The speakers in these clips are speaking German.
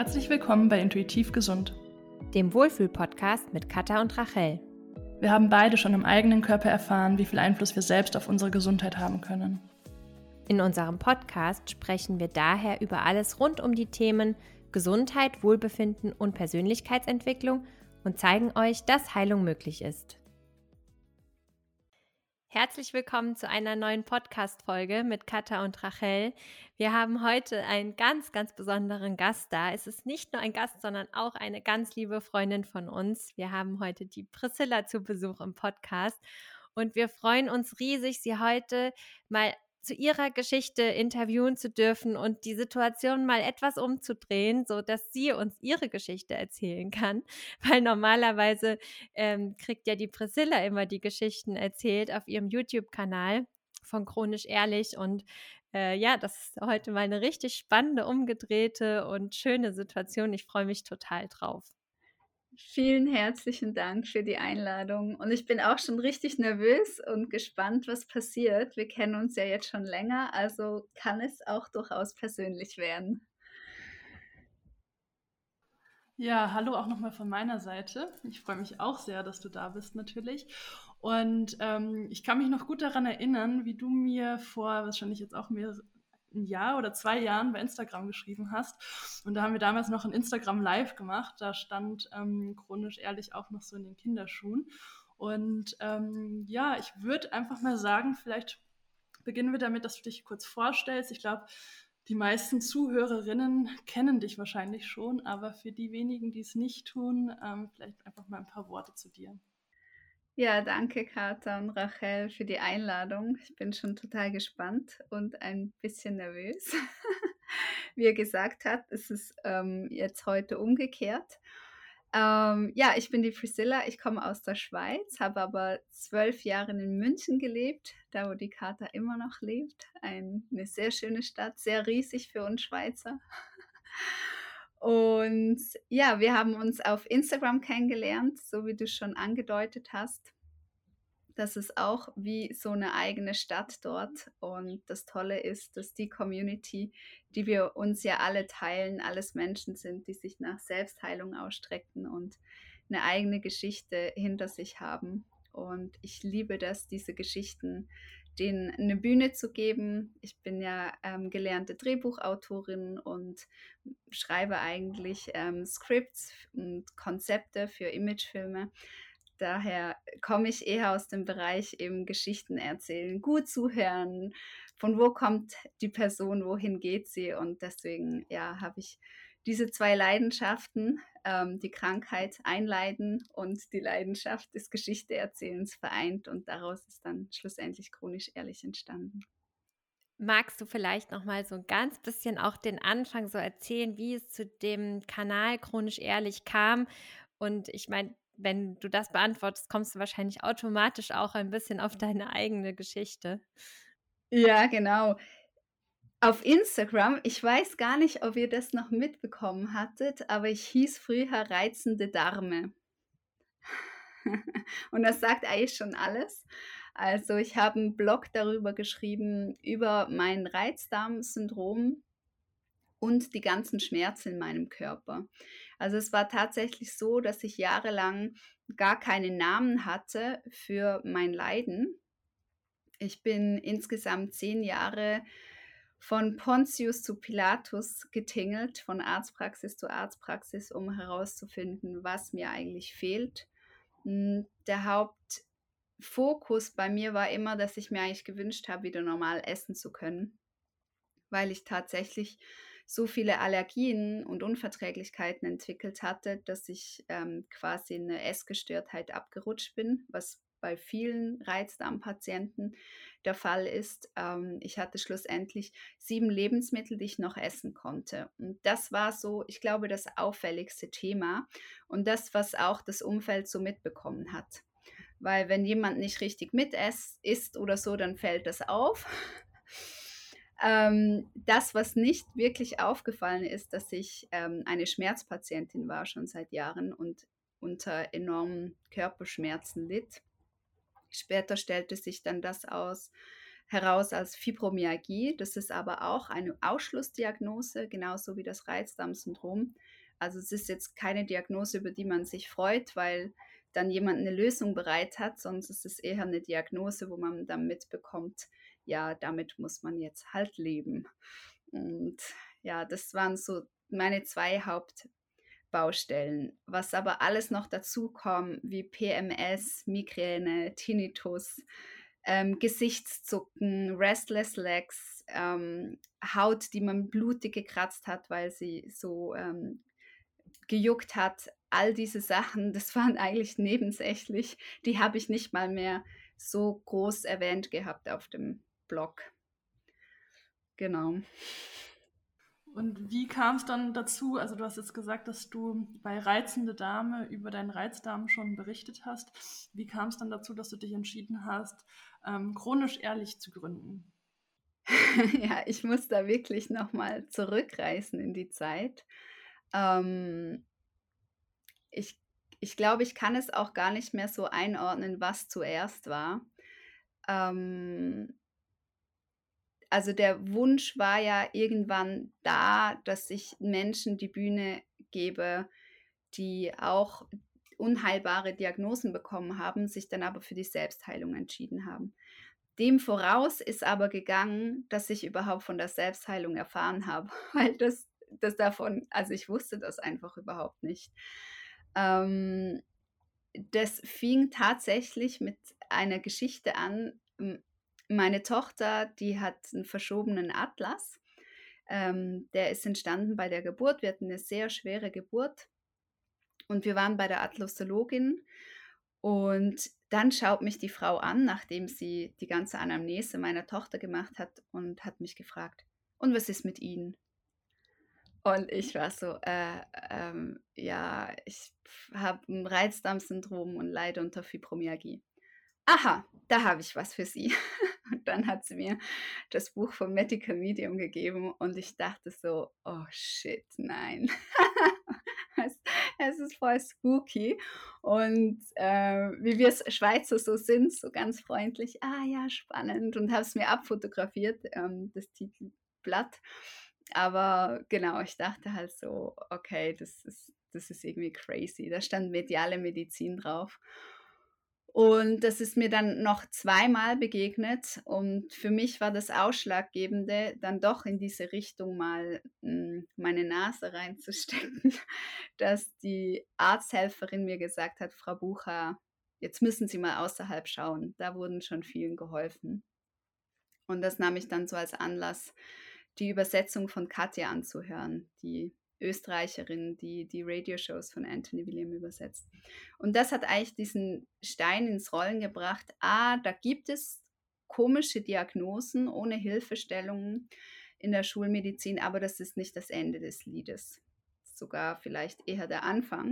Herzlich willkommen bei Intuitiv Gesund, dem Wohlfühl-Podcast mit Katha und Rachel. Wir haben beide schon im eigenen Körper erfahren, wie viel Einfluss wir selbst auf unsere Gesundheit haben können. In unserem Podcast sprechen wir daher über alles rund um die Themen Gesundheit, Wohlbefinden und Persönlichkeitsentwicklung und zeigen euch, dass Heilung möglich ist. Herzlich willkommen zu einer neuen Podcast-Folge mit Katha und Rachel. Wir haben heute einen ganz, ganz besonderen Gast da. Es ist nicht nur ein Gast, sondern auch eine ganz liebe Freundin von uns. Wir haben heute die Priscilla zu Besuch im Podcast und wir freuen uns riesig, sie heute mal zu ihrer Geschichte interviewen zu dürfen und die Situation mal etwas umzudrehen, sodass sie uns ihre Geschichte erzählen kann, weil normalerweise kriegt ja die Priscilla immer die Geschichten erzählt auf ihrem YouTube-Kanal von Chronisch Ehrlich und das ist heute mal eine richtig spannende, umgedrehte und schöne Situation. Ich freue mich total drauf. Vielen herzlichen Dank für die Einladung und ich bin auch schon richtig nervös und gespannt, was passiert. Wir kennen uns ja jetzt schon länger, also kann es auch durchaus persönlich werden. Ja, hallo auch nochmal von meiner Seite. Ich freue mich auch sehr, dass du da bist natürlich. Und ich kann mich noch gut daran erinnern, wie du mir vor wahrscheinlich jetzt auch ein Jahr oder 2 Jahren bei Instagram geschrieben hast. Und da haben wir damals noch ein Instagram Live gemacht. Da stand Chronisch Ehrlich auch noch so in den Kinderschuhen. Und ich würde einfach mal sagen, vielleicht beginnen wir damit, dass du dich kurz vorstellst. Ich glaube, die meisten Zuhörerinnen kennen dich wahrscheinlich schon, aber für die wenigen, die es nicht tun, vielleicht einfach mal ein paar Worte zu dir. Ja, danke Katha und Rachel für die Einladung. Ich bin schon total gespannt und ein bisschen nervös. Wie ihr gesagt habt, ist es jetzt heute umgekehrt. Ich bin die Priscilla, ich komme aus der Schweiz, habe aber 12 Jahre in München gelebt, da wo die Katha immer noch lebt. Eine sehr schöne Stadt, sehr riesig für uns Schweizer. Und ja, wir haben uns auf Instagram kennengelernt, so wie du schon angedeutet hast. Das ist auch wie so eine eigene Stadt dort. Und das Tolle ist, dass die Community, die wir uns ja alle teilen, alles Menschen sind, die sich nach Selbstheilung ausstrecken und eine eigene Geschichte hinter sich haben. Und ich liebe das, diese Geschichten denen eine Bühne zu geben. Ich bin ja gelernte Drehbuchautorin und schreibe eigentlich Scripts und Konzepte für Imagefilme. Daher komme ich eher aus dem Bereich eben Geschichten erzählen, gut zuhören, von wo kommt die Person, wohin geht sie, und deswegen habe ich diese 2 Leidenschaften, die Krankheit einleiden und die Leidenschaft des Geschichteerzählens vereint, und daraus ist dann schlussendlich Chronisch Ehrlich entstanden. Magst du vielleicht noch mal so ein ganz bisschen auch den Anfang so erzählen, wie es zu dem Kanal Chronisch Ehrlich kam? Und ich meine, wenn du das beantwortest, kommst du wahrscheinlich automatisch auch ein bisschen auf deine eigene Geschichte. Ja, genau. Auf Instagram, ich weiß gar nicht, ob ihr das noch mitbekommen hattet, aber ich hieß früher Reizende Dharme. Und das sagt eigentlich schon alles. Also ich habe einen Blog darüber geschrieben, über mein Reizdarmsyndrom und die ganzen Schmerzen in meinem Körper. Also es war tatsächlich so, dass ich jahrelang gar keinen Namen hatte für mein Leiden. Ich bin insgesamt 10 Jahre von Pontius zu Pilatus getingelt, von Arztpraxis zu Arztpraxis, um herauszufinden, was mir eigentlich fehlt. Der Hauptfokus bei mir war immer, dass ich mir eigentlich gewünscht habe, wieder normal essen zu können, weil ich tatsächlich so viele Allergien und Unverträglichkeiten entwickelt hatte, dass ich quasi in eine Essgestörtheit abgerutscht bin, was bei vielen Reizdarmpatienten der Fall ist. Ich hatte schlussendlich 7 Lebensmittel, die ich noch essen konnte. Und das war so, ich glaube, das auffälligste Thema und das, was auch das Umfeld so mitbekommen hat. Weil wenn jemand nicht richtig isst oder so, dann fällt das auf. Das, was nicht wirklich aufgefallen ist, dass ich eine Schmerzpatientin war, schon seit Jahren, und unter enormen Körperschmerzen litt. Später stellte sich dann das heraus als Fibromyalgie. Das ist aber auch eine Ausschlussdiagnose, genauso wie das Reizdarmsyndrom. Also es ist jetzt keine Diagnose, über die man sich freut, weil dann jemand eine Lösung bereit hat, sondern es ist eher eine Diagnose, wo man dann mitbekommt, ja, damit muss man jetzt halt leben. Und ja, das waren so meine 2 Hauptbaustellen. Was aber alles noch dazu kommt, wie PMS, Migräne, Tinnitus, Gesichtszucken, Restless Legs, Haut, die man blutig gekratzt hat, weil sie so gejuckt hat. All diese Sachen, das waren eigentlich nebensächlich. Die habe ich nicht mal mehr so groß erwähnt gehabt auf dem Blog. Genau. Und wie kam es dann dazu? Also du hast jetzt gesagt, dass du bei Reizende Dame über deinen Reizdarm schon berichtet hast. Wie kam es dann dazu, dass du dich entschieden hast, chronisch ehrlich zu gründen? Ja, ich muss da wirklich nochmal zurückreisen in die Zeit. Ähm, ich, ich glaube, ich kann es auch gar nicht mehr so einordnen, was zuerst war. Ähm, also der Wunsch war ja irgendwann da, dass ich Menschen die Bühne gebe, die auch unheilbare Diagnosen bekommen haben, sich dann aber für die Selbstheilung entschieden haben. Dem voraus ist aber gegangen, dass ich überhaupt von der Selbstheilung erfahren habe, weil das davon, also ich wusste das einfach überhaupt nicht. Ähm, Das fing tatsächlich mit einer Geschichte an. Meine Tochter, die hat einen verschobenen Atlas. Der ist entstanden bei der Geburt. Wir hatten eine sehr schwere Geburt und wir waren bei der Atlasologin und dann schaut mich die Frau an, nachdem sie die ganze Anamnese meiner Tochter gemacht hat und hat mich gefragt, und was ist mit Ihnen? Und ich war so, ja, ich habe ein Reizdarmsyndrom und leide unter Fibromyalgie. Aha, da habe ich was für Sie. Und dann hat sie mir das Buch vom Medical Medium gegeben und ich dachte so, oh shit, nein. es, es ist voll spooky. Und wie wir Schweizer so sind, so ganz freundlich, ah ja, spannend. Und habe es mir abfotografiert, das Titelblatt. Aber genau, ich dachte halt so, okay, das ist irgendwie crazy. Da stand mediale Medizin drauf. Und das ist mir dann noch zweimal begegnet und für mich war das Ausschlaggebende, dann doch in diese Richtung mal meine Nase reinzustecken, dass die Arzthelferin mir gesagt hat, Frau Bucher, jetzt müssen Sie mal außerhalb schauen, da wurden schon vielen geholfen. Und das nahm ich dann so als Anlass, die Übersetzung von Katja anzuhören, die Österreicherin, die die Radioshows von Anthony William übersetzt. Und das hat eigentlich diesen Stein ins Rollen gebracht. Da gibt es komische Diagnosen ohne Hilfestellungen in der Schulmedizin, aber das ist nicht das Ende des Liedes. Sogar vielleicht eher der Anfang.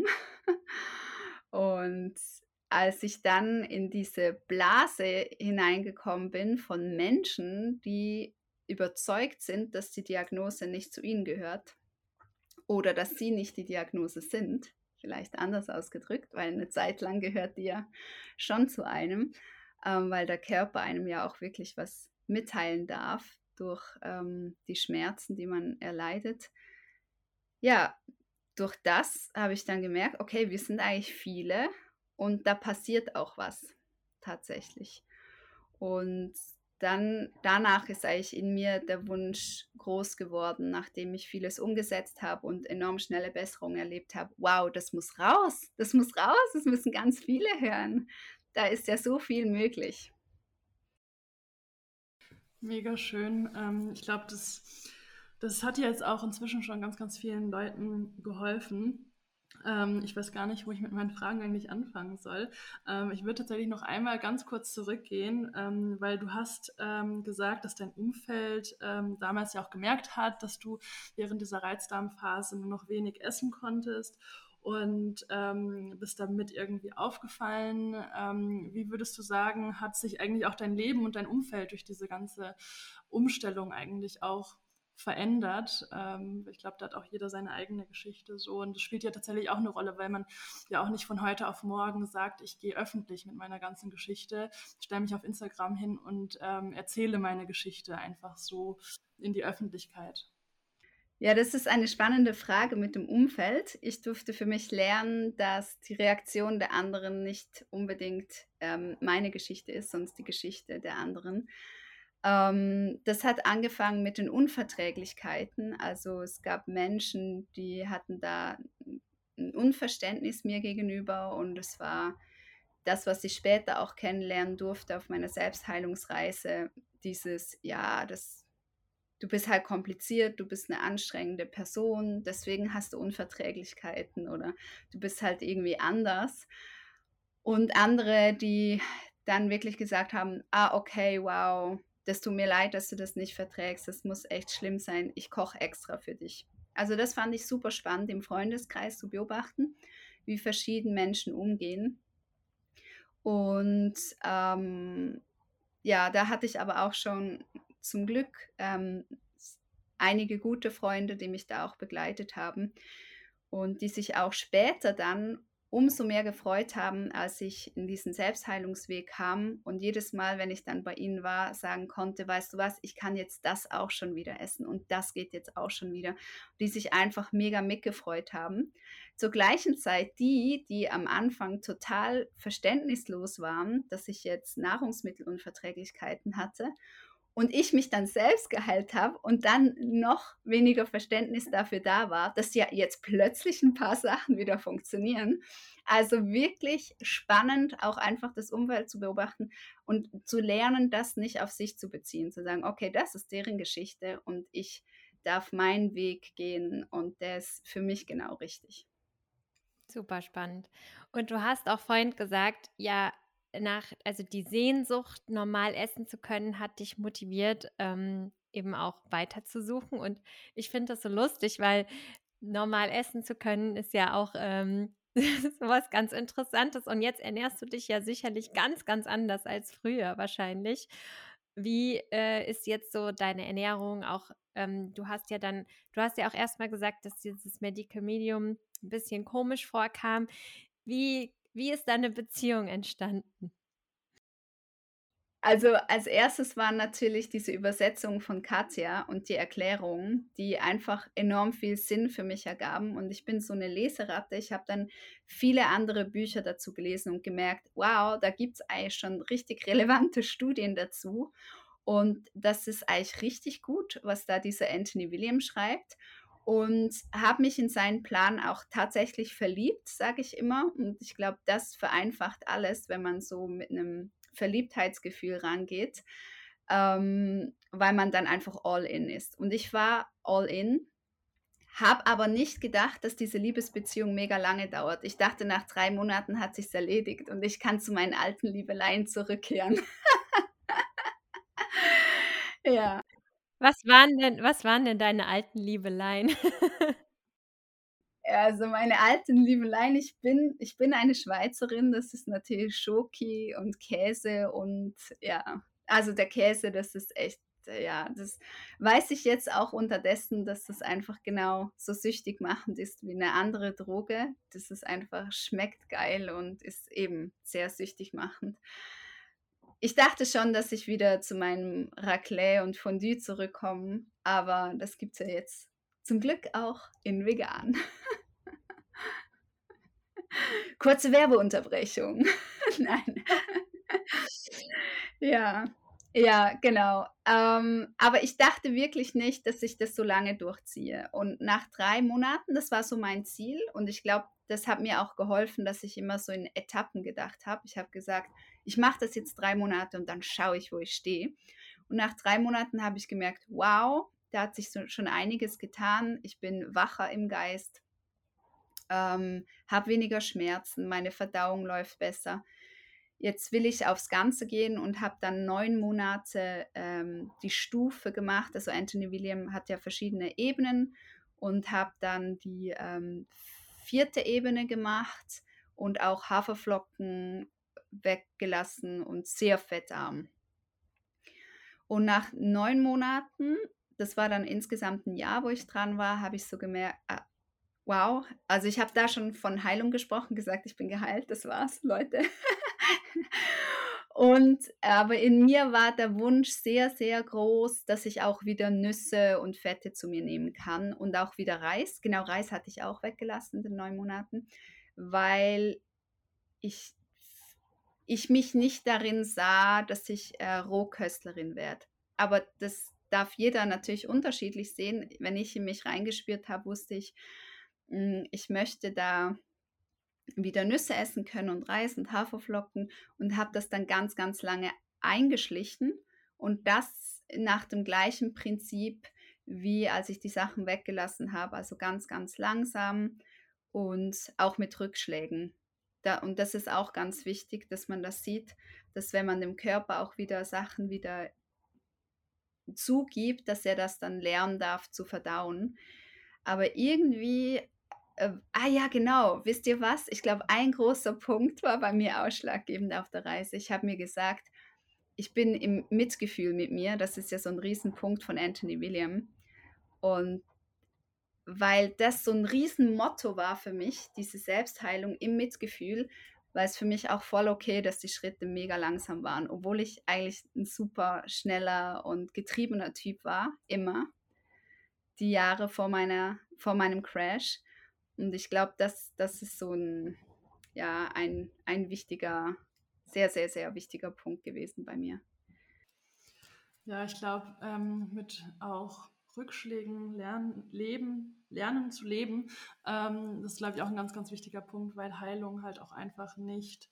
Und als ich dann in diese Blase hineingekommen bin von Menschen, die überzeugt sind, dass die Diagnose nicht zu ihnen gehört oder dass sie nicht die Diagnose sind, vielleicht anders ausgedrückt, weil eine Zeit lang gehört die ja schon zu einem, weil der Körper einem ja auch wirklich was mitteilen darf durch die Schmerzen, die man erleidet. Ja, durch das habe ich dann gemerkt, okay, wir sind eigentlich viele und da passiert auch was tatsächlich. Und dann danach ist eigentlich in mir der Wunsch groß geworden, nachdem ich vieles umgesetzt habe und enorm schnelle Besserungen erlebt habe. Wow, das muss raus, das müssen ganz viele hören. Da ist ja so viel möglich. Mega schön. Ich glaube, das hat jetzt auch inzwischen schon ganz, ganz vielen Leuten geholfen. Ich weiß gar nicht, wo ich mit meinen Fragen eigentlich anfangen soll. Ich würde tatsächlich noch einmal ganz kurz zurückgehen, weil du hast gesagt, dass dein Umfeld damals ja auch gemerkt hat, dass du während dieser Reizdarmphase nur noch wenig essen konntest und bist damit irgendwie aufgefallen. Wie würdest du sagen, hat sich eigentlich auch dein Leben und dein Umfeld durch diese ganze Umstellung eigentlich auch verändert? Ich glaube, da hat auch jeder seine eigene Geschichte so und das spielt ja tatsächlich auch eine Rolle, weil man ja auch nicht von heute auf morgen sagt, ich gehe öffentlich mit meiner ganzen Geschichte, stelle mich auf Instagram hin und erzähle meine Geschichte einfach so in die Öffentlichkeit. Ja, das ist eine spannende Frage mit dem Umfeld. Ich durfte für mich lernen, dass die Reaktion der anderen nicht unbedingt meine Geschichte ist, sondern die Geschichte der anderen. Das hat angefangen mit den Unverträglichkeiten. Also es gab Menschen, die hatten da ein Unverständnis mir gegenüber, und es war das, was ich später auch kennenlernen durfte auf meiner Selbstheilungsreise, dieses, ja, du bist halt kompliziert, du bist eine anstrengende Person, deswegen hast du Unverträglichkeiten, oder du bist halt irgendwie anders. Und andere, die dann wirklich gesagt haben, okay, wow, das tut mir leid, dass du das nicht verträgst, das muss echt schlimm sein, ich koche extra für dich. Also das fand ich super spannend, im Freundeskreis zu beobachten, wie verschieden Menschen umgehen. Und ja, da hatte ich aber auch schon zum Glück einige gute Freunde, die mich da auch begleitet haben und die sich auch später dann umso mehr gefreut haben, als ich in diesen Selbstheilungsweg kam und jedes Mal, wenn ich dann bei ihnen war, sagen konnte, weißt du was, ich kann jetzt das auch schon wieder essen und das geht jetzt auch schon wieder. Die sich einfach mega mitgefreut haben. Zur gleichen Zeit die am Anfang total verständnislos waren, dass ich jetzt Nahrungsmittelunverträglichkeiten hatte und ich mich dann selbst geheilt habe und dann noch weniger Verständnis dafür da war, dass ja jetzt plötzlich ein paar Sachen wieder funktionieren. Also wirklich spannend, auch einfach das Umfeld zu beobachten und zu lernen, das nicht auf sich zu beziehen, zu sagen, okay, das ist deren Geschichte und ich darf meinen Weg gehen und der ist für mich genau richtig. Super spannend. Und du hast auch vorhin gesagt, ja, also die Sehnsucht, normal essen zu können, hat dich motiviert, eben auch weiterzusuchen. Und ich finde das so lustig, weil normal essen zu können, ist ja auch sowas ganz Interessantes. Und jetzt ernährst du dich ja sicherlich ganz, ganz anders als früher wahrscheinlich. Wie ist jetzt so deine Ernährung auch? Du hast ja auch erstmal gesagt, dass dieses Medical Medium ein bisschen komisch vorkam. Wie ist deine Beziehung entstanden? Also als erstes waren natürlich diese Übersetzungen von Katja und die Erklärungen, die einfach enorm viel Sinn für mich ergaben. Und ich bin so eine Leseratte. Ich habe dann viele andere Bücher dazu gelesen und gemerkt, wow, da gibt es eigentlich schon richtig relevante Studien dazu. Und das ist eigentlich richtig gut, was da dieser Anthony Williams schreibt. Und habe mich in seinen Plan auch tatsächlich verliebt, sage ich immer. Und ich glaube, das vereinfacht alles, wenn man so mit einem Verliebtheitsgefühl rangeht, weil man dann einfach all in ist. Und ich war all in, habe aber nicht gedacht, dass diese Liebesbeziehung mega lange dauert. Ich dachte, nach 3 Monaten hat sich's erledigt und ich kann zu meinen alten Liebeleien zurückkehren. Ja. Was waren denn deine alten Liebeleien? Also meine alten Liebeleien, ich bin eine Schweizerin, das ist natürlich Schoki und Käse und ja, also der Käse, das ist echt, ja, das weiß ich jetzt auch unterdessen, dass das einfach genau so süchtig machend ist wie eine andere Droge. Das ist einfach, schmeckt geil und ist eben sehr süchtig machend. Ich dachte schon, dass ich wieder zu meinem Raclette und Fondue zurückkomme, aber das gibt es ja jetzt zum Glück auch in vegan. Kurze Werbeunterbrechung. Nein. Ja, ja, genau. Aber ich dachte wirklich nicht, dass ich das so lange durchziehe. Und nach 3 Monaten, das war so mein Ziel und ich glaube, das hat mir auch geholfen, dass ich immer so in Etappen gedacht habe. Ich habe gesagt, ich mache das jetzt 3 Monate und dann schaue ich, wo ich stehe. Und nach 3 Monaten habe ich gemerkt, wow, da hat sich so schon einiges getan. Ich bin wacher im Geist, habe weniger Schmerzen, meine Verdauung läuft besser. Jetzt will ich aufs Ganze gehen und habe dann 9 Monate die Stufe gemacht. Also Anthony William hat ja verschiedene Ebenen und habe dann die 4. Ebene gemacht und auch Haferflocken weggelassen und sehr fettarm. Und nach 9 Monaten, das war dann insgesamt ein Jahr, wo ich dran war, habe ich so gemerkt, wow, also ich habe da schon von Heilung gesprochen, gesagt, ich bin geheilt, das war's, Leute. Aber in mir war der Wunsch sehr, sehr groß, dass ich auch wieder Nüsse und Fette zu mir nehmen kann und auch wieder Reis. Genau, Reis hatte ich auch weggelassen in den 9 Monaten, weil ich ich mich nicht darin sah, dass ich Rohköstlerin werde. Aber das darf jeder natürlich unterschiedlich sehen. Wenn ich in mich reingespürt habe, wusste ich, ich möchte da wieder Nüsse essen können und Reis und Haferflocken und habe das dann ganz, ganz lange eingeschlichen und das nach dem gleichen Prinzip, wie als ich die Sachen weggelassen habe, also ganz, ganz langsam und auch mit Rückschlägen. Und das ist auch ganz wichtig, dass man das sieht, dass wenn man dem Körper auch wieder Sachen wieder zugibt, dass er das dann lernen darf zu verdauen. Aber irgendwie, ja genau, wisst ihr was? Ich glaube, ein großer Punkt war bei mir ausschlaggebend auf der Reise. Ich habe mir gesagt, ich bin im Mitgefühl mit mir. Das ist ja so ein Riesenpunkt von Anthony William. Und weil das so ein Riesenmotto war für mich, diese Selbstheilung im Mitgefühl, war es für mich auch voll okay, dass die Schritte mega langsam waren, obwohl ich eigentlich ein super schneller und getriebener Typ war, immer, die Jahre vor meinem Crash. Und ich glaube, das ist so ein wichtiger, sehr, sehr, sehr wichtiger Punkt gewesen bei mir. Ja, ich glaube, mit auch Rückschlägen lernen zu leben, das ist, glaube ich, auch ein ganz, ganz wichtiger Punkt, weil Heilung halt auch einfach nicht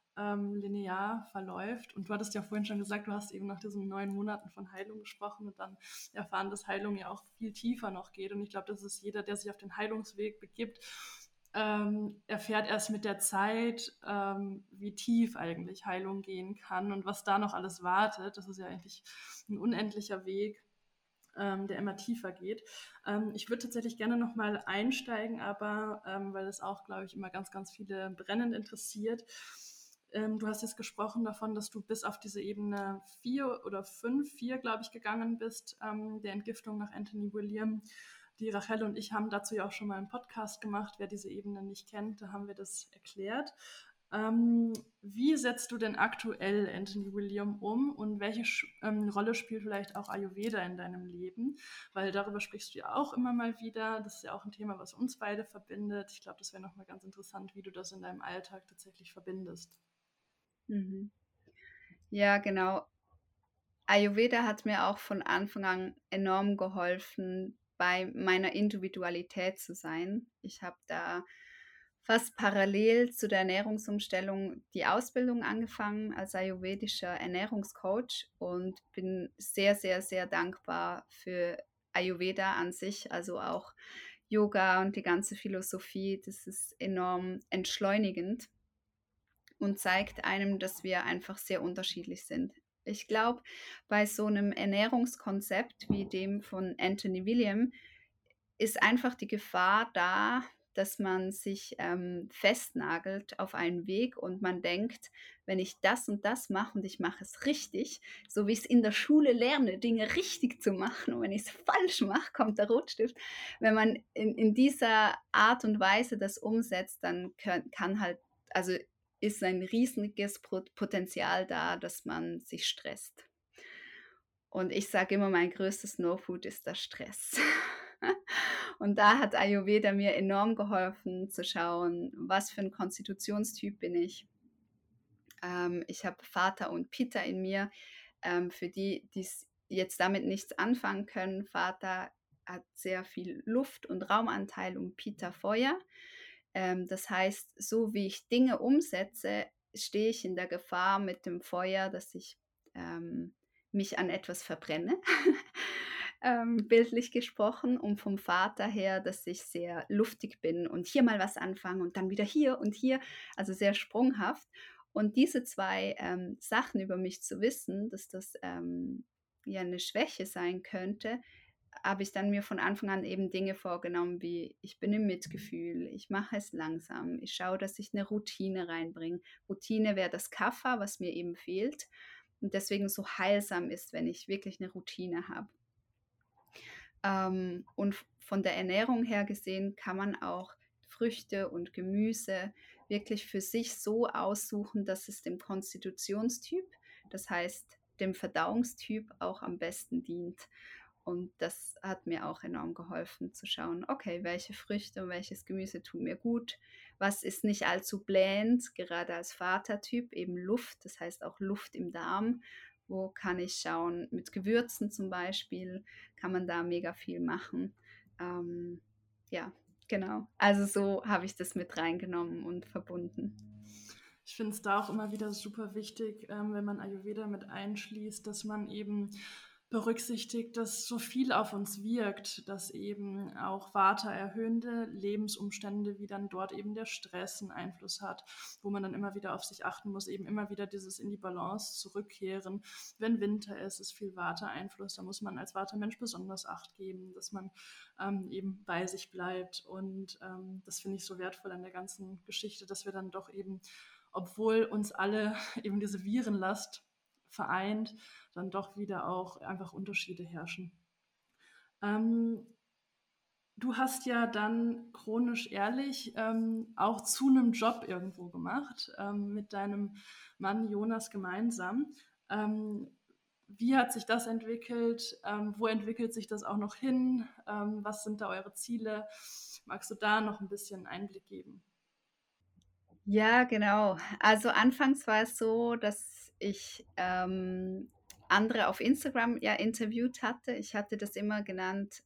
linear verläuft. Und du hattest ja vorhin schon gesagt, du hast eben nach diesen 9 Monaten von Heilung gesprochen und dann erfahren, dass Heilung ja auch viel tiefer noch geht. Und ich glaube, das ist jeder, der sich auf den Heilungsweg begibt, erfährt erst mit der Zeit, wie tief eigentlich Heilung gehen kann und was da noch alles wartet. Das ist ja eigentlich ein unendlicher Weg, der immer tiefer geht. Ich würde tatsächlich gerne nochmal einsteigen, aber weil es auch, glaube ich, immer ganz, ganz viele brennend interessiert. Du hast jetzt gesprochen davon, dass du bis auf diese Ebene 4 oder 5, 4, glaube ich, gegangen bist, der Entgiftung nach Anthony William. Die Rachel und ich haben dazu ja auch schon mal einen Podcast gemacht. Wer diese Ebene nicht kennt, da haben wir das erklärt. Wie setzt du denn aktuell Anthony William um und welche Rolle spielt vielleicht auch Ayurveda in deinem Leben? Weil darüber sprichst du ja auch immer mal wieder. Das ist ja auch ein Thema, was uns beide verbindet. Ich glaube, das wäre nochmal ganz interessant, wie du das in deinem Alltag tatsächlich verbindest. Mhm. Ja, genau. Ayurveda hat mir auch von Anfang an enorm geholfen, bei meiner Individualität zu sein. Ich habe da fast parallel zu der Ernährungsumstellung die Ausbildung angefangen als ayurvedischer Ernährungscoach und bin sehr, sehr, sehr dankbar für Ayurveda an sich, also auch Yoga und die ganze Philosophie. Das ist enorm entschleunigend und zeigt einem, dass wir einfach sehr unterschiedlich sind. Ich glaube, bei so einem Ernährungskonzept wie dem von Anthony William ist einfach die Gefahr da, dass man sich festnagelt auf einen Weg und man denkt, wenn ich das und das mache und ich mache es richtig, so wie ich es in der Schule lerne, Dinge richtig zu machen und wenn ich es falsch mache, kommt der Rotstift. Wenn man in dieser Art und Weise das umsetzt, dann kann halt, also ist ein riesiges Potenzial da, dass man sich stresst. Und ich sage immer, mein größtes No-Food ist der Stress. Und da hat Ayurveda mir enorm geholfen zu schauen, was für ein Konstitutionstyp bin ich. Ich habe Vata und Pitta in mir. Für die, die jetzt damit nichts anfangen können, Vata hat sehr viel Luft- und Raumanteil und Pitta Feuer. Das heißt, so wie ich Dinge umsetze, stehe ich in der Gefahr mit dem Feuer, dass ich mich an etwas verbrenne, bildlich gesprochen, und vom Vater her, dass ich sehr luftig bin und hier mal was anfange und dann wieder hier und hier, also sehr sprunghaft. Und diese zwei Sachen über mich zu wissen, dass das ja eine Schwäche sein könnte, habe ich dann mir von Anfang an eben Dinge vorgenommen, wie ich bin im Mitgefühl, ich mache es langsam, ich schaue, dass ich eine Routine reinbringe. Routine wäre das Kapha, was mir eben fehlt und deswegen so heilsam ist, wenn ich wirklich eine Routine habe. Und von der Ernährung her gesehen kann man auch Früchte und Gemüse wirklich für sich so aussuchen, dass es dem Konstitutionstyp, das heißt dem Verdauungstyp, auch am besten dient. Und das hat mir auch enorm geholfen zu schauen, okay, welche Früchte und welches Gemüse tun mir gut, was ist nicht allzu blähend, gerade als Vatertyp, eben Luft, das heißt auch Luft im Darm. Wo kann ich schauen, mit Gewürzen zum Beispiel, kann man da mega viel machen. Ja, genau. Also so habe ich das mit reingenommen und verbunden. Ich finde es da auch immer wieder super wichtig, wenn man Ayurveda mit einschließt, dass man eben berücksichtigt, dass so viel auf uns wirkt, dass eben auch Vata erhöhende Lebensumstände, wie dann dort eben der Stress einen Einfluss hat, wo man dann immer wieder auf sich achten muss, eben immer wieder dieses in die Balance zurückkehren. Wenn Winter ist viel Vata-Einfluss, da muss man als Vata-Mensch besonders Acht geben, dass man eben bei sich bleibt. Und das finde ich so wertvoll an der ganzen Geschichte, dass wir dann doch eben, obwohl uns alle eben diese Virenlast vereint, dann doch wieder auch einfach Unterschiede herrschen. Du hast ja dann chronisch ehrlich auch zu einem Job irgendwo gemacht, mit deinem Mann Jonas gemeinsam. Wie hat sich das entwickelt? Wo entwickelt sich das auch noch hin? Was sind da eure Ziele? Magst du da noch ein bisschen Einblick geben? Ja, genau. Also anfangs war es so, dass ich andere auf Instagram ja interviewt hatte. Ich hatte das immer genannt,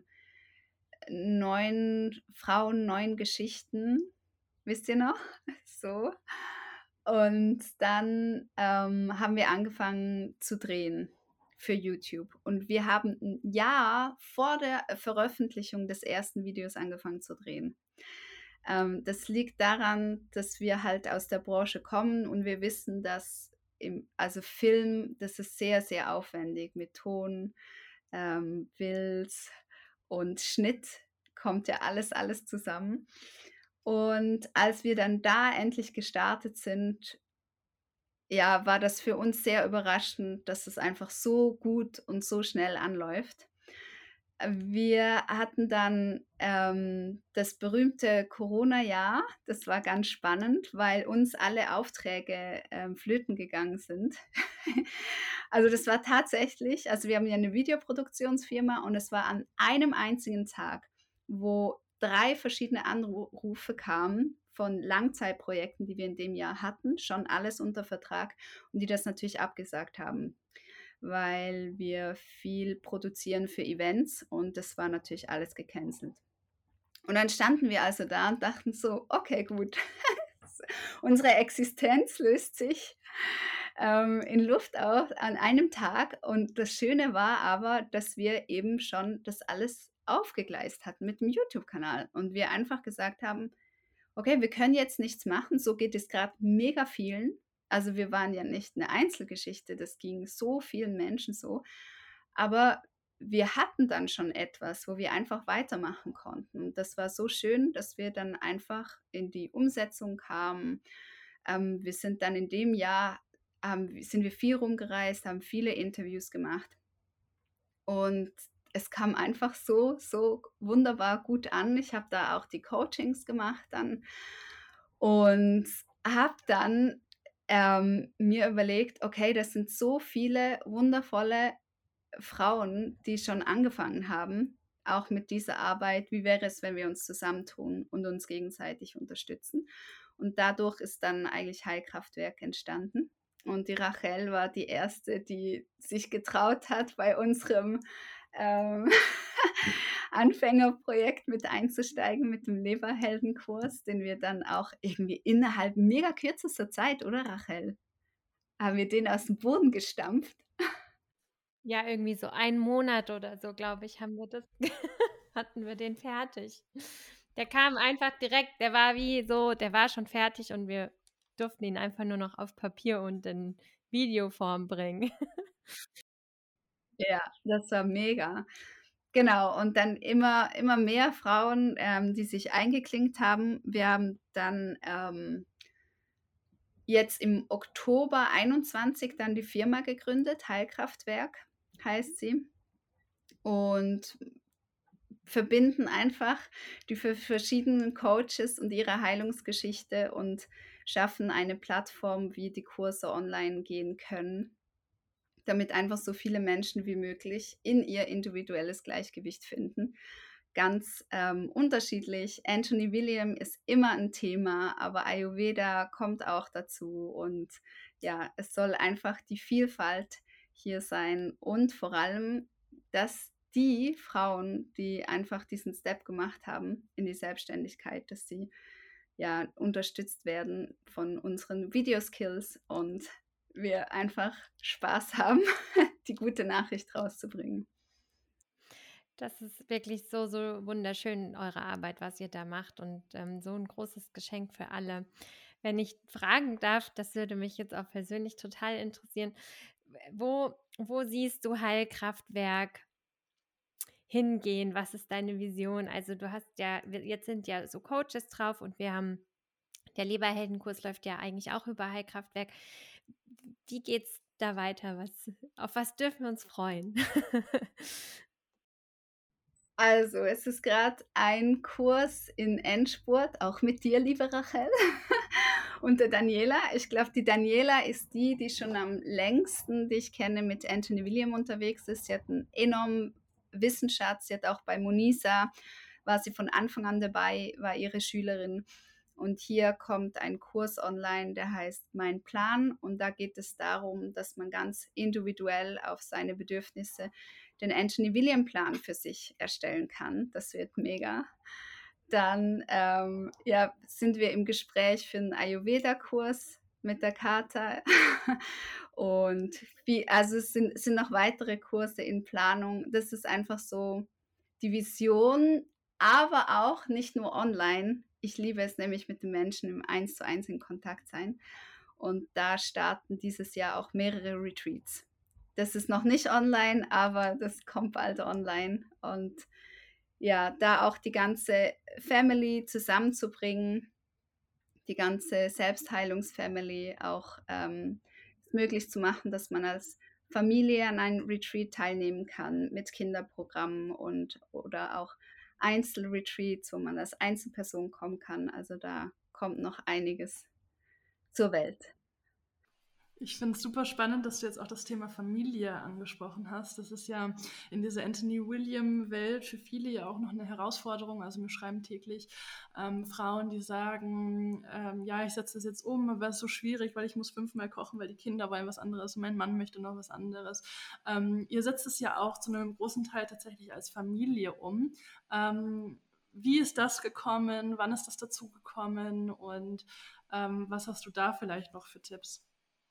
9 Frauen, 9 Geschichten. Wisst ihr noch? So. Und dann haben wir angefangen zu drehen für YouTube. Und wir haben ein Jahr vor der Veröffentlichung des ersten Videos angefangen zu drehen. Das liegt daran, dass wir halt aus der Branche kommen und wir wissen, dass also Film, das ist sehr, sehr aufwendig mit Ton, Bild und Schnitt kommt ja alles zusammen. Und als wir dann da endlich gestartet sind, ja, war das für uns sehr überraschend, dass es einfach so gut und so schnell anläuft. Wir hatten dann das berühmte Corona-Jahr. Das war ganz spannend, weil uns alle Aufträge flöten gegangen sind. Also das war tatsächlich, also wir haben ja eine Videoproduktionsfirma und es war an einem einzigen Tag, wo 3 verschiedene Anrufe kamen von Langzeitprojekten, die wir in dem Jahr hatten, schon alles unter Vertrag und die das natürlich abgesagt haben, weil wir viel produzieren für Events und das war natürlich alles gecancelt. Und dann standen wir also da und dachten so, okay, gut, unsere Existenz löst sich in Luft auf an einem Tag. Und das Schöne war aber, dass wir eben schon das alles aufgegleist hatten mit dem YouTube-Kanal und wir einfach gesagt haben, okay, wir können jetzt nichts machen, so geht es gerade mega vielen. Also wir waren ja nicht eine Einzelgeschichte, das ging so vielen Menschen so. Aber wir hatten dann schon etwas, wo wir einfach weitermachen konnten. Und das war so schön, dass wir dann einfach in die Umsetzung kamen. Wir sind dann in dem Jahr, sind wir viel rumgereist, haben viele Interviews gemacht. Und es kam einfach so wunderbar gut an. Ich habe da auch die Coachings gemacht dann und habe dann mir überlegt, okay, das sind so viele wundervolle Frauen, die schon angefangen haben, auch mit dieser Arbeit. Wie wäre es, wenn wir uns zusammentun und uns gegenseitig unterstützen? Und dadurch ist dann eigentlich Heilkraftwerk entstanden. Und die Rachel war die erste, die sich getraut hat, bei unserem Anfängerprojekt mit einzusteigen, mit dem Leberheldenkurs, den wir dann auch irgendwie innerhalb mega kürzester Zeit, oder Rachel? Haben wir den aus dem Boden gestampft? Ja, irgendwie so 1 Monat oder so, glaube ich, hatten wir den fertig. Der kam einfach direkt, der war schon fertig und wir durften ihn einfach nur noch auf Papier und in Videoform bringen. Ja, das war mega. Genau, und dann immer mehr Frauen, die sich eingeklinkt haben. Wir haben dann jetzt im Oktober 21 dann die Firma gegründet, Heilkraftwerk heißt sie. Und verbinden einfach die verschiedenen Coaches und ihre Heilungsgeschichte und schaffen eine Plattform, wie die Kurse online gehen können, damit einfach so viele Menschen wie möglich in ihr individuelles Gleichgewicht finden. Ganz unterschiedlich. Anthony William ist immer ein Thema, aber Ayurveda kommt auch dazu. Und ja, es soll einfach die Vielfalt hier sein und vor allem, dass die Frauen, die einfach diesen Step gemacht haben in die Selbstständigkeit, dass sie ja unterstützt werden von unseren Videoskills und wir einfach Spaß haben, die gute Nachricht rauszubringen. Das ist wirklich so, so wunderschön, eure Arbeit, was ihr da macht und so ein großes Geschenk für alle. Wenn ich fragen darf, das würde mich jetzt auch persönlich total interessieren, wo siehst du Heilkraftwerk hingehen? Was ist deine Vision? Also du hast ja, jetzt sind ja so Coaches drauf und der Leberheldenkurs läuft ja eigentlich auch über Heilkraftwerk. Wie geht's da weiter? Auf was dürfen wir uns freuen? Also, es ist gerade ein Kurs in Endspurt, auch mit dir, liebe Rachel, und der Daniela. Ich glaube, die Daniela ist die schon am längsten, die ich kenne, mit Anthony William unterwegs ist. Sie hat einen enormen Wissensschatz. Sie hat auch bei Monisa, war sie von Anfang an dabei, war ihre Schülerin. Und hier kommt ein Kurs online, der heißt Mein Plan. Und da geht es darum, dass man ganz individuell auf seine Bedürfnisse den Anthony William Plan für sich erstellen kann. Das wird mega. Dann sind wir im Gespräch für einen Ayurveda-Kurs mit der Kata. Und es sind noch weitere Kurse in Planung. Das ist einfach so die Vision, aber auch nicht nur online. Ich liebe es nämlich, mit den Menschen im 1:1 in Kontakt sein. Und da starten dieses Jahr auch mehrere Retreats. Das ist noch nicht online, aber das kommt bald online. Und ja, da auch die ganze Family zusammenzubringen, die ganze Selbstheilungsfamily auch möglich zu machen, dass man als Familie an einem Retreat teilnehmen kann mit Kinderprogrammen oder auch Einzelretreats, wo man als Einzelperson kommen kann. Also da kommt noch einiges zur Welt. Ich finde es super spannend, dass du jetzt auch das Thema Familie angesprochen hast. Das ist ja in dieser Anthony William-Welt für viele ja auch noch eine Herausforderung. Also mir schreiben täglich Frauen, die sagen, ja, ich setze das jetzt um, aber es ist so schwierig, weil ich muss 5-mal kochen, weil die Kinder wollen was anderes und mein Mann möchte noch was anderes. Ihr setzt es ja auch zu einem großen Teil tatsächlich als Familie um. Wie ist das gekommen? Wann ist das dazu gekommen? Und was hast du da vielleicht noch für Tipps?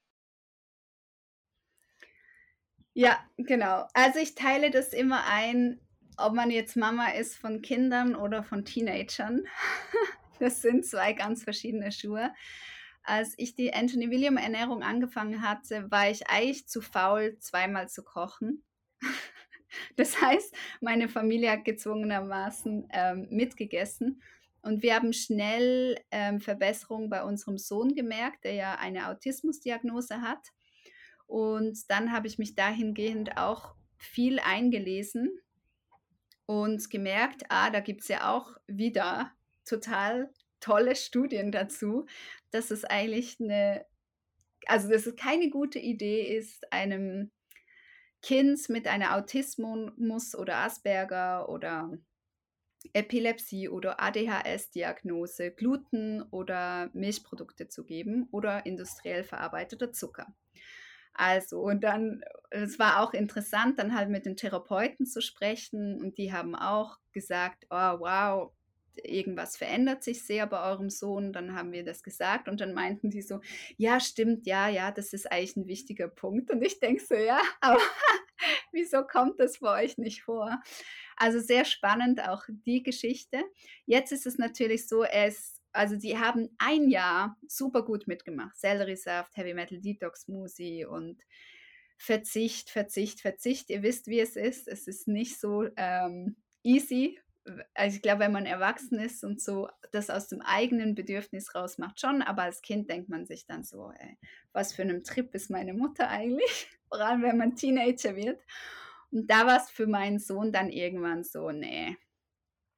Ja, genau. Also ich teile das immer ein, ob man jetzt Mama ist von Kindern oder von Teenagern. Das sind 2 ganz verschiedene Schuhe. Als ich die Anthony William Ernährung angefangen hatte, war ich eigentlich zu faul, 2-mal zu kochen. Das heißt, meine Familie hat gezwungenermaßen mitgegessen. Und wir haben schnell Verbesserungen bei unserem Sohn gemerkt, der ja eine Autismusdiagnose hat. Und dann habe ich mich dahingehend auch viel eingelesen und gemerkt, da gibt es ja auch wieder total tolle Studien dazu, dass es eigentlich dass es keine gute Idee ist, einem Kind mit einer Autismus oder Asperger oder Epilepsie oder ADHS-Diagnose Gluten oder Milchprodukte zu geben oder industriell verarbeiteter Zucker. Also, und dann, es war auch interessant, dann halt mit den Therapeuten zu sprechen und die haben auch gesagt, oh wow, irgendwas verändert sich sehr bei eurem Sohn. Dann haben wir das gesagt und dann meinten die so, ja stimmt, ja, das ist eigentlich ein wichtiger Punkt. Und ich denke so, ja, aber wieso kommt das bei euch nicht vor? Also sehr spannend auch die Geschichte. Jetzt ist es natürlich so, die haben ein Jahr super gut mitgemacht. Selleriesaft, Heavy Metal Detox Smoothie und Verzicht. Ihr wisst, wie es ist. Es ist nicht so easy. Also ich glaube, wenn man erwachsen ist und so das aus dem eigenen Bedürfnis raus macht, schon. Aber als Kind denkt man sich dann so, was für einem Trip ist meine Mutter eigentlich? Vor allem, wenn man Teenager wird. Und da war es für meinen Sohn dann irgendwann so, nee,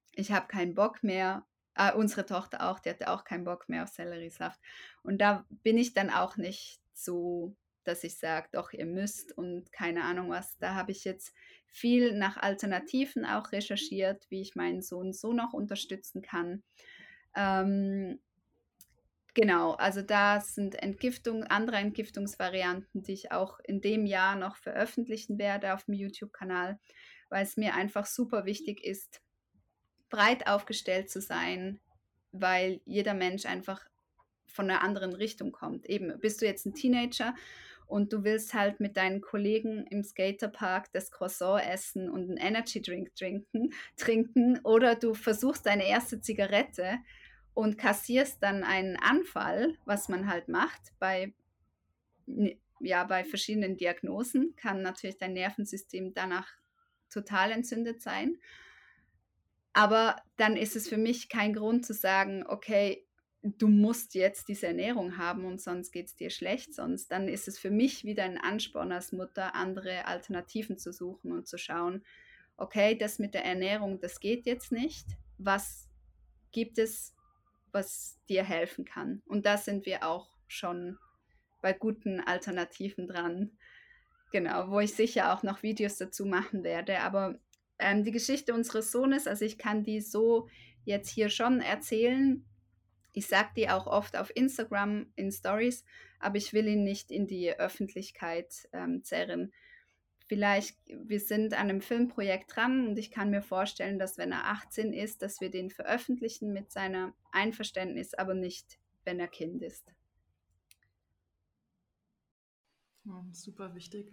ich habe keinen Bock mehr. Unsere Tochter auch, die hatte auch keinen Bock mehr auf Selleriesaft. Und da bin ich dann auch nicht so, dass ich sage, doch, ihr müsst und keine Ahnung was. Da habe ich jetzt viel nach Alternativen auch recherchiert, wie ich meinen Sohn so noch unterstützen kann. Genau, also da sind andere Entgiftungsvarianten, die ich auch in dem Jahr noch veröffentlichen werde auf dem YouTube-Kanal, weil es mir einfach super wichtig ist, breit aufgestellt zu sein, weil jeder Mensch einfach von einer anderen Richtung kommt. Eben, bist du jetzt ein Teenager und du willst halt mit deinen Kollegen im Skaterpark das Croissant essen und einen Energy Drink trinken oder du versuchst deine erste Zigarette und kassierst dann einen Anfall, was man halt macht bei verschiedenen Diagnosen, kann natürlich dein Nervensystem danach total entzündet sein. Aber dann ist es für mich kein Grund zu sagen, okay, du musst jetzt diese Ernährung haben und sonst geht es dir schlecht. Sonst dann ist es für mich wieder ein Ansporn als Mutter, andere Alternativen zu suchen und zu schauen, okay, das mit der Ernährung, das geht jetzt nicht. Was gibt es, was dir helfen kann? Und da sind wir auch schon bei guten Alternativen dran. Genau, wo ich sicher auch noch Videos dazu machen werde. Aber die Geschichte unseres Sohnes, also ich kann die so jetzt hier schon erzählen. Ich sage die auch oft auf Instagram in Stories, aber ich will ihn nicht in die Öffentlichkeit zerren. Vielleicht, wir sind an einem Filmprojekt dran und ich kann mir vorstellen, dass wenn er 18 ist, dass wir den veröffentlichen mit seiner Einverständnis, aber nicht, wenn er Kind ist. Ja, super wichtig.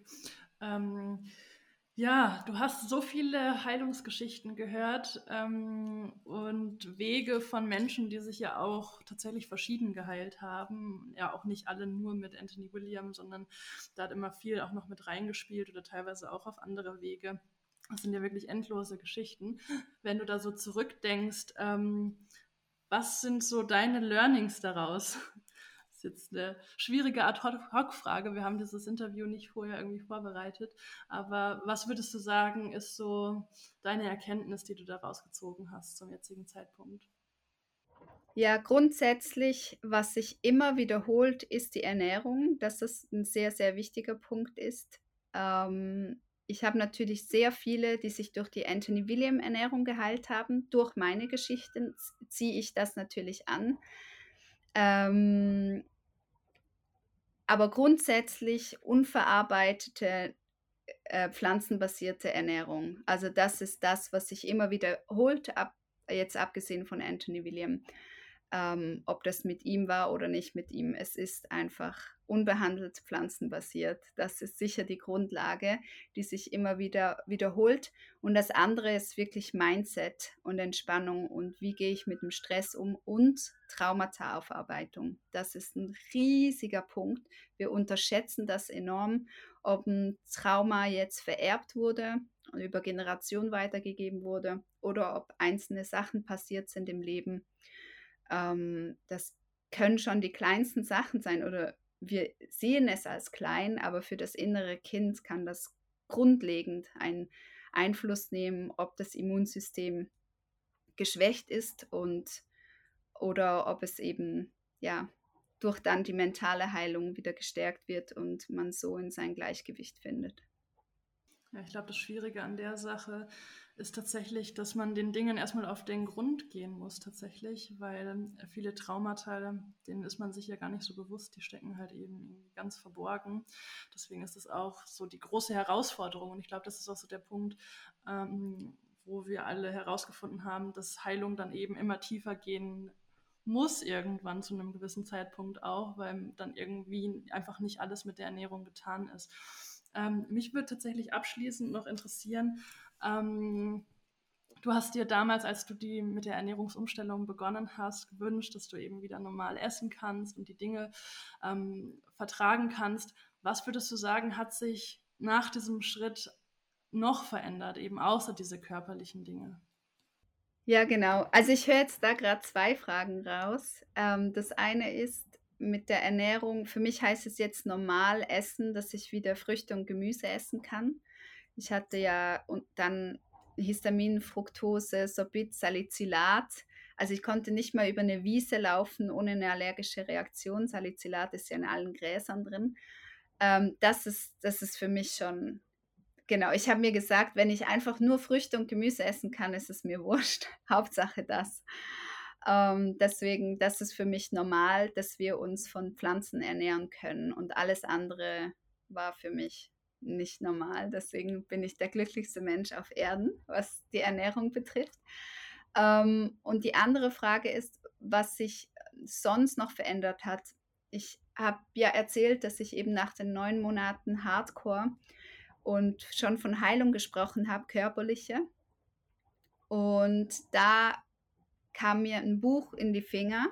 Ja, du hast so viele Heilungsgeschichten gehört und Wege von Menschen, die sich ja auch tatsächlich verschieden geheilt haben. Ja, auch nicht alle nur mit Anthony Williams, sondern da hat immer viel auch noch mit reingespielt oder teilweise auch auf andere Wege. Das sind ja wirklich endlose Geschichten. Wenn du da so zurückdenkst, was sind so deine Learnings daraus? Das ist jetzt eine schwierige Ad-Hoc-Frage. Wir haben dieses Interview nicht vorher irgendwie vorbereitet. Aber was würdest du sagen, ist so deine Erkenntnis, die du daraus gezogen hast zum jetzigen Zeitpunkt? Ja, grundsätzlich, was sich immer wiederholt, ist die Ernährung, dass das ein sehr, sehr wichtiger Punkt ist. Ich habe natürlich sehr viele, die sich durch die Anthony William Ernährung geheilt haben. Durch meine Geschichten ziehe ich das natürlich an. Aber grundsätzlich unverarbeitete pflanzenbasierte Ernährung. Also das ist das, was sich immer wiederholt, jetzt abgesehen von Anthony William. Ob das mit ihm war oder nicht mit ihm. Es ist einfach unbehandelt pflanzenbasiert. Das ist sicher die Grundlage, die sich immer wieder wiederholt. Und das andere ist wirklich Mindset und Entspannung und wie gehe ich mit dem Stress um und Traumata-Aufarbeitung. Das ist ein riesiger Punkt. Wir unterschätzen das enorm, ob ein Trauma jetzt vererbt wurde und über Generationen weitergegeben wurde oder ob einzelne Sachen passiert sind im Leben. Das können schon die kleinsten Sachen sein oder wir sehen es als klein, aber für das innere Kind kann das grundlegend einen Einfluss nehmen, ob das Immunsystem geschwächt ist oder ob es eben durch dann die mentale Heilung wieder gestärkt wird und man so in sein Gleichgewicht findet. Ja, ich glaube, das Schwierige an der Sache ist tatsächlich, dass man den Dingen erstmal auf den Grund gehen muss tatsächlich, weil viele Traumata, denen ist man sich ja gar nicht so bewusst, die stecken halt eben ganz verborgen. Deswegen ist es auch so die große Herausforderung und ich glaube, das ist auch so der Punkt, wo wir alle herausgefunden haben, dass Heilung dann eben immer tiefer gehen muss irgendwann zu einem gewissen Zeitpunkt auch, weil dann irgendwie einfach nicht alles mit der Ernährung getan ist. Mich würde tatsächlich abschließend noch interessieren, du hast dir damals, als du mit der Ernährungsumstellung begonnen hast, gewünscht, dass du eben wieder normal essen kannst und die Dinge vertragen kannst. Was würdest du sagen, hat sich nach diesem Schritt noch verändert, eben außer diese körperlichen Dinge? Ja, genau. Also ich höre jetzt da gerade 2 Fragen raus. Das eine ist mit der Ernährung, für mich heißt es jetzt normal essen, dass ich wieder Früchte und Gemüse essen kann. Ich hatte ja dann Histamin, Fructose, Sorbit, Salicylat. Also ich konnte nicht mal über eine Wiese laufen ohne eine allergische Reaktion. Salicylat ist ja in allen Gräsern drin. Das ist für mich schon, genau, ich habe mir gesagt, wenn ich einfach nur Früchte und Gemüse essen kann, ist es mir wurscht. Hauptsache das. Deswegen, das ist für mich normal, dass wir uns von Pflanzen ernähren können. Und alles andere war für mich nicht normal. Deswegen bin ich der glücklichste Mensch auf Erden, was die Ernährung betrifft. Und die andere Frage ist, was sich sonst noch verändert hat. Ich habe ja erzählt, dass ich eben nach den 9 Monaten Hardcore und schon von Heilung gesprochen habe, körperliche. Und da kam mir ein Buch in die Finger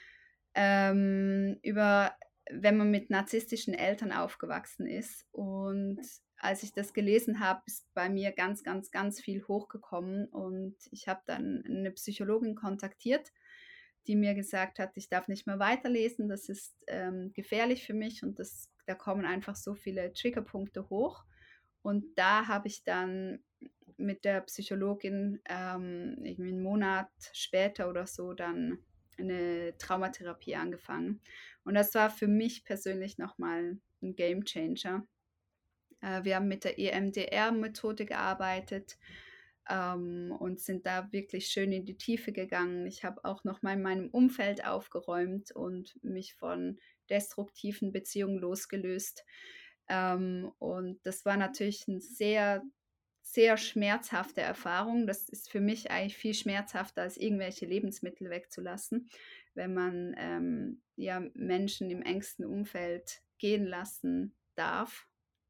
über, wenn man mit narzisstischen Eltern aufgewachsen ist. Und als ich das gelesen habe, ist bei mir ganz, ganz, ganz viel hochgekommen. Und ich habe dann eine Psychologin kontaktiert, die mir gesagt hat, ich darf nicht mehr weiterlesen, das ist gefährlich für mich und da kommen einfach so viele Triggerpunkte hoch. Und da habe ich dann mit der Psychologin irgendwie einen Monat später oder so dann eine Traumatherapie angefangen. Und das war für mich persönlich nochmal ein Game Changer. Wir haben mit der EMDR-Methode gearbeitet und sind da wirklich schön in die Tiefe gegangen. Ich habe auch nochmal in meinem Umfeld aufgeräumt und mich von destruktiven Beziehungen losgelöst. Und das war natürlich eine sehr, sehr schmerzhafte Erfahrung. Das ist für mich eigentlich viel schmerzhafter, als irgendwelche Lebensmittel wegzulassen, wenn man ja Menschen im engsten Umfeld gehen lassen darf.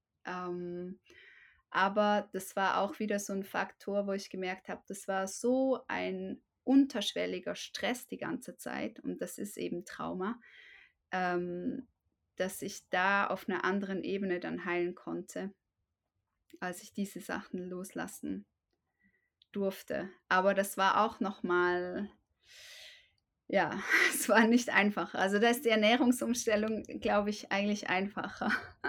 Aber das war auch wieder so ein Faktor, wo ich gemerkt habe, das war so ein unterschwelliger Stress die ganze Zeit und das ist eben Trauma, dass ich da auf einer anderen Ebene dann heilen konnte, als ich diese Sachen loslassen durfte. Aber das war auch nochmal, ja, es war nicht einfach. Also da ist die Ernährungsumstellung, glaube ich, eigentlich einfacher.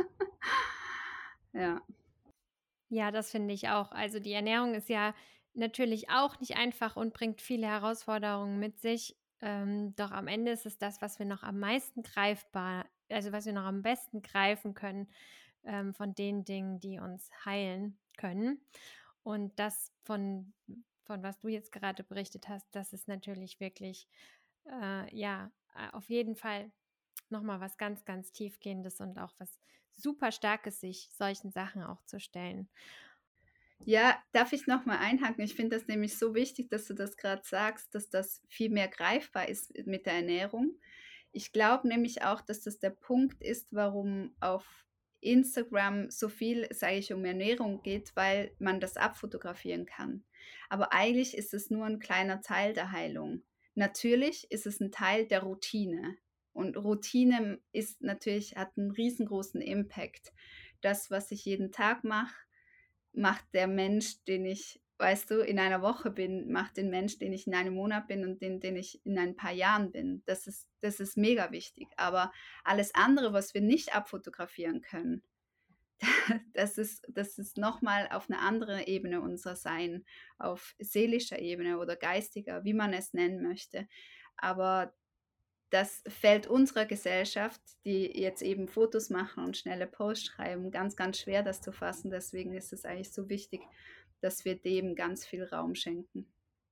Ja. Ja, das finde ich auch. Also die Ernährung ist ja natürlich auch nicht einfach und bringt viele Herausforderungen mit sich. Doch am Ende ist es das, was wir noch am meisten greifbar, also was wir noch am besten greifen können, von den Dingen, die uns heilen können. Und das von was du jetzt gerade berichtet hast, das ist natürlich wirklich, ja, auf jeden Fall nochmal was ganz, ganz Tiefgehendes und auch was super Starkes, sich solchen Sachen auch zu stellen. Ja, darf ich noch mal einhaken? Ich finde das nämlich so wichtig, dass du das gerade sagst, dass das viel mehr greifbar ist mit der Ernährung. Ich glaube nämlich auch, dass das der Punkt ist, warum auf Instagram so viel, sage ich, um Ernährung geht, weil man das abfotografieren kann. Aber eigentlich ist es nur ein kleiner Teil der Heilung. Natürlich ist es ein Teil der Routine. Und Routine ist natürlich, hat einen riesengroßen Impact. Das, was ich jeden Tag mache, macht der Mensch, den ich, weißt du, in einer Woche bin, macht den Mensch, den ich in einem Monat bin und den ich in ein paar Jahren bin. Das ist mega wichtig. Aber alles andere, was wir nicht abfotografieren können, das ist nochmal auf einer anderen Ebene unser Sein, auf seelischer Ebene oder geistiger, wie man es nennen möchte. Aber das fällt unserer Gesellschaft, die jetzt eben Fotos machen und schnelle Posts schreiben, ganz, ganz schwer, das zu fassen. Deswegen ist es eigentlich so wichtig, dass wir dem ganz viel Raum schenken.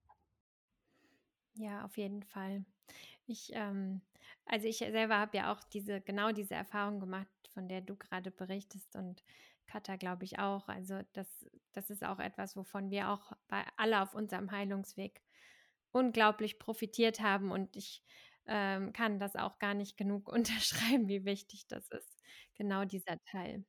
Ja, auf jeden Fall. Ich, also ich selber habe ja auch genau diese Erfahrung gemacht, von der du gerade berichtest und Katha, glaube ich, auch. Also das ist auch etwas, wovon wir auch alle auf unserem Heilungsweg unglaublich profitiert haben und ich kann das auch gar nicht genug unterschreiben, wie wichtig das ist. Genau dieser Teil.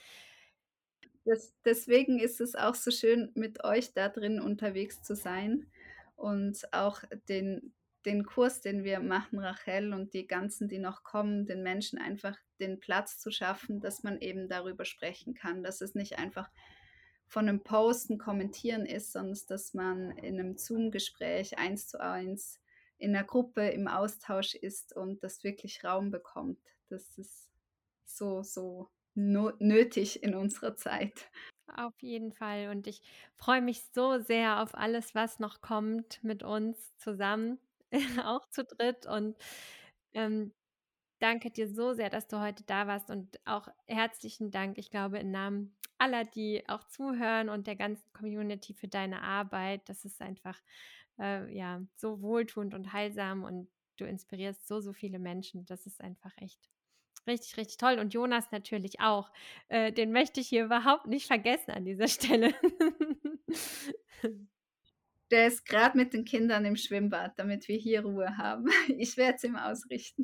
Deswegen ist es auch so schön, mit euch da drin unterwegs zu sein und auch den Kurs, den wir machen, Rachel, und die ganzen, die noch kommen, den Menschen einfach den Platz zu schaffen, dass man eben darüber sprechen kann, dass es nicht einfach von einem Posten kommentieren ist, sondern dass man in einem Zoom-Gespräch 1:1 in einer Gruppe im Austausch ist und das wirklich Raum bekommt. Das ist so, so nötig in unserer Zeit. auf jeden Fall. Und ich freue mich so sehr auf alles, was noch kommt mit uns zusammen, auch zu dritt. Und ähm, danke dir so sehr, dass du heute da warst und auch herzlichen Dank, ich glaube, im Namen aller, die auch zuhören und der ganzen Community für deine Arbeit. Das ist einfach ja so wohltuend und heilsam und du inspirierst so viele Menschen. Das ist einfach echt richtig, richtig toll. Und Jonas natürlich auch. Den möchte ich hier überhaupt nicht vergessen an dieser Stelle. Der ist gerade mit den Kindern im Schwimmbad, damit wir hier Ruhe haben. Ich werde es ihm ausrichten.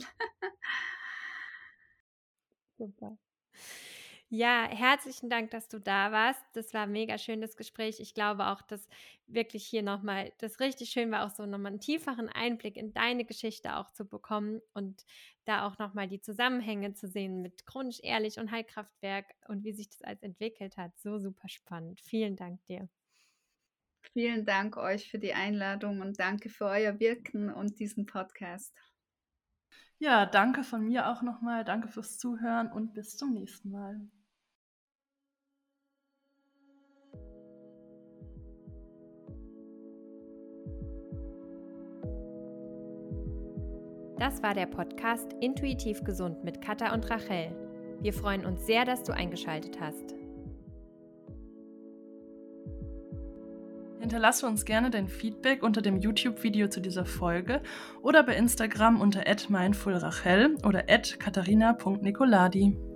Super. Ja, herzlichen Dank, dass du da warst. Das war ein mega schönes Gespräch. Ich glaube auch, dass wirklich hier nochmal das richtig schön war, auch so nochmal einen tieferen Einblick in deine Geschichte auch zu bekommen und da auch nochmal die Zusammenhänge zu sehen mit Chronisch Ehrlich und Heilkraftwerk und wie sich das alles entwickelt hat. So super spannend. Vielen Dank dir. Vielen Dank euch für die Einladung und danke für euer Wirken und diesen Podcast. Ja, danke von mir auch nochmal. Danke fürs Zuhören und bis zum nächsten Mal. Das war der Podcast Intuitiv Gesund mit Katha und Rachel. Wir freuen uns sehr, dass du eingeschaltet hast. Hinterlasse uns gerne dein Feedback unter dem YouTube-Video zu dieser Folge oder bei Instagram unter @mindfulrachel oder @katharina.nicoladi.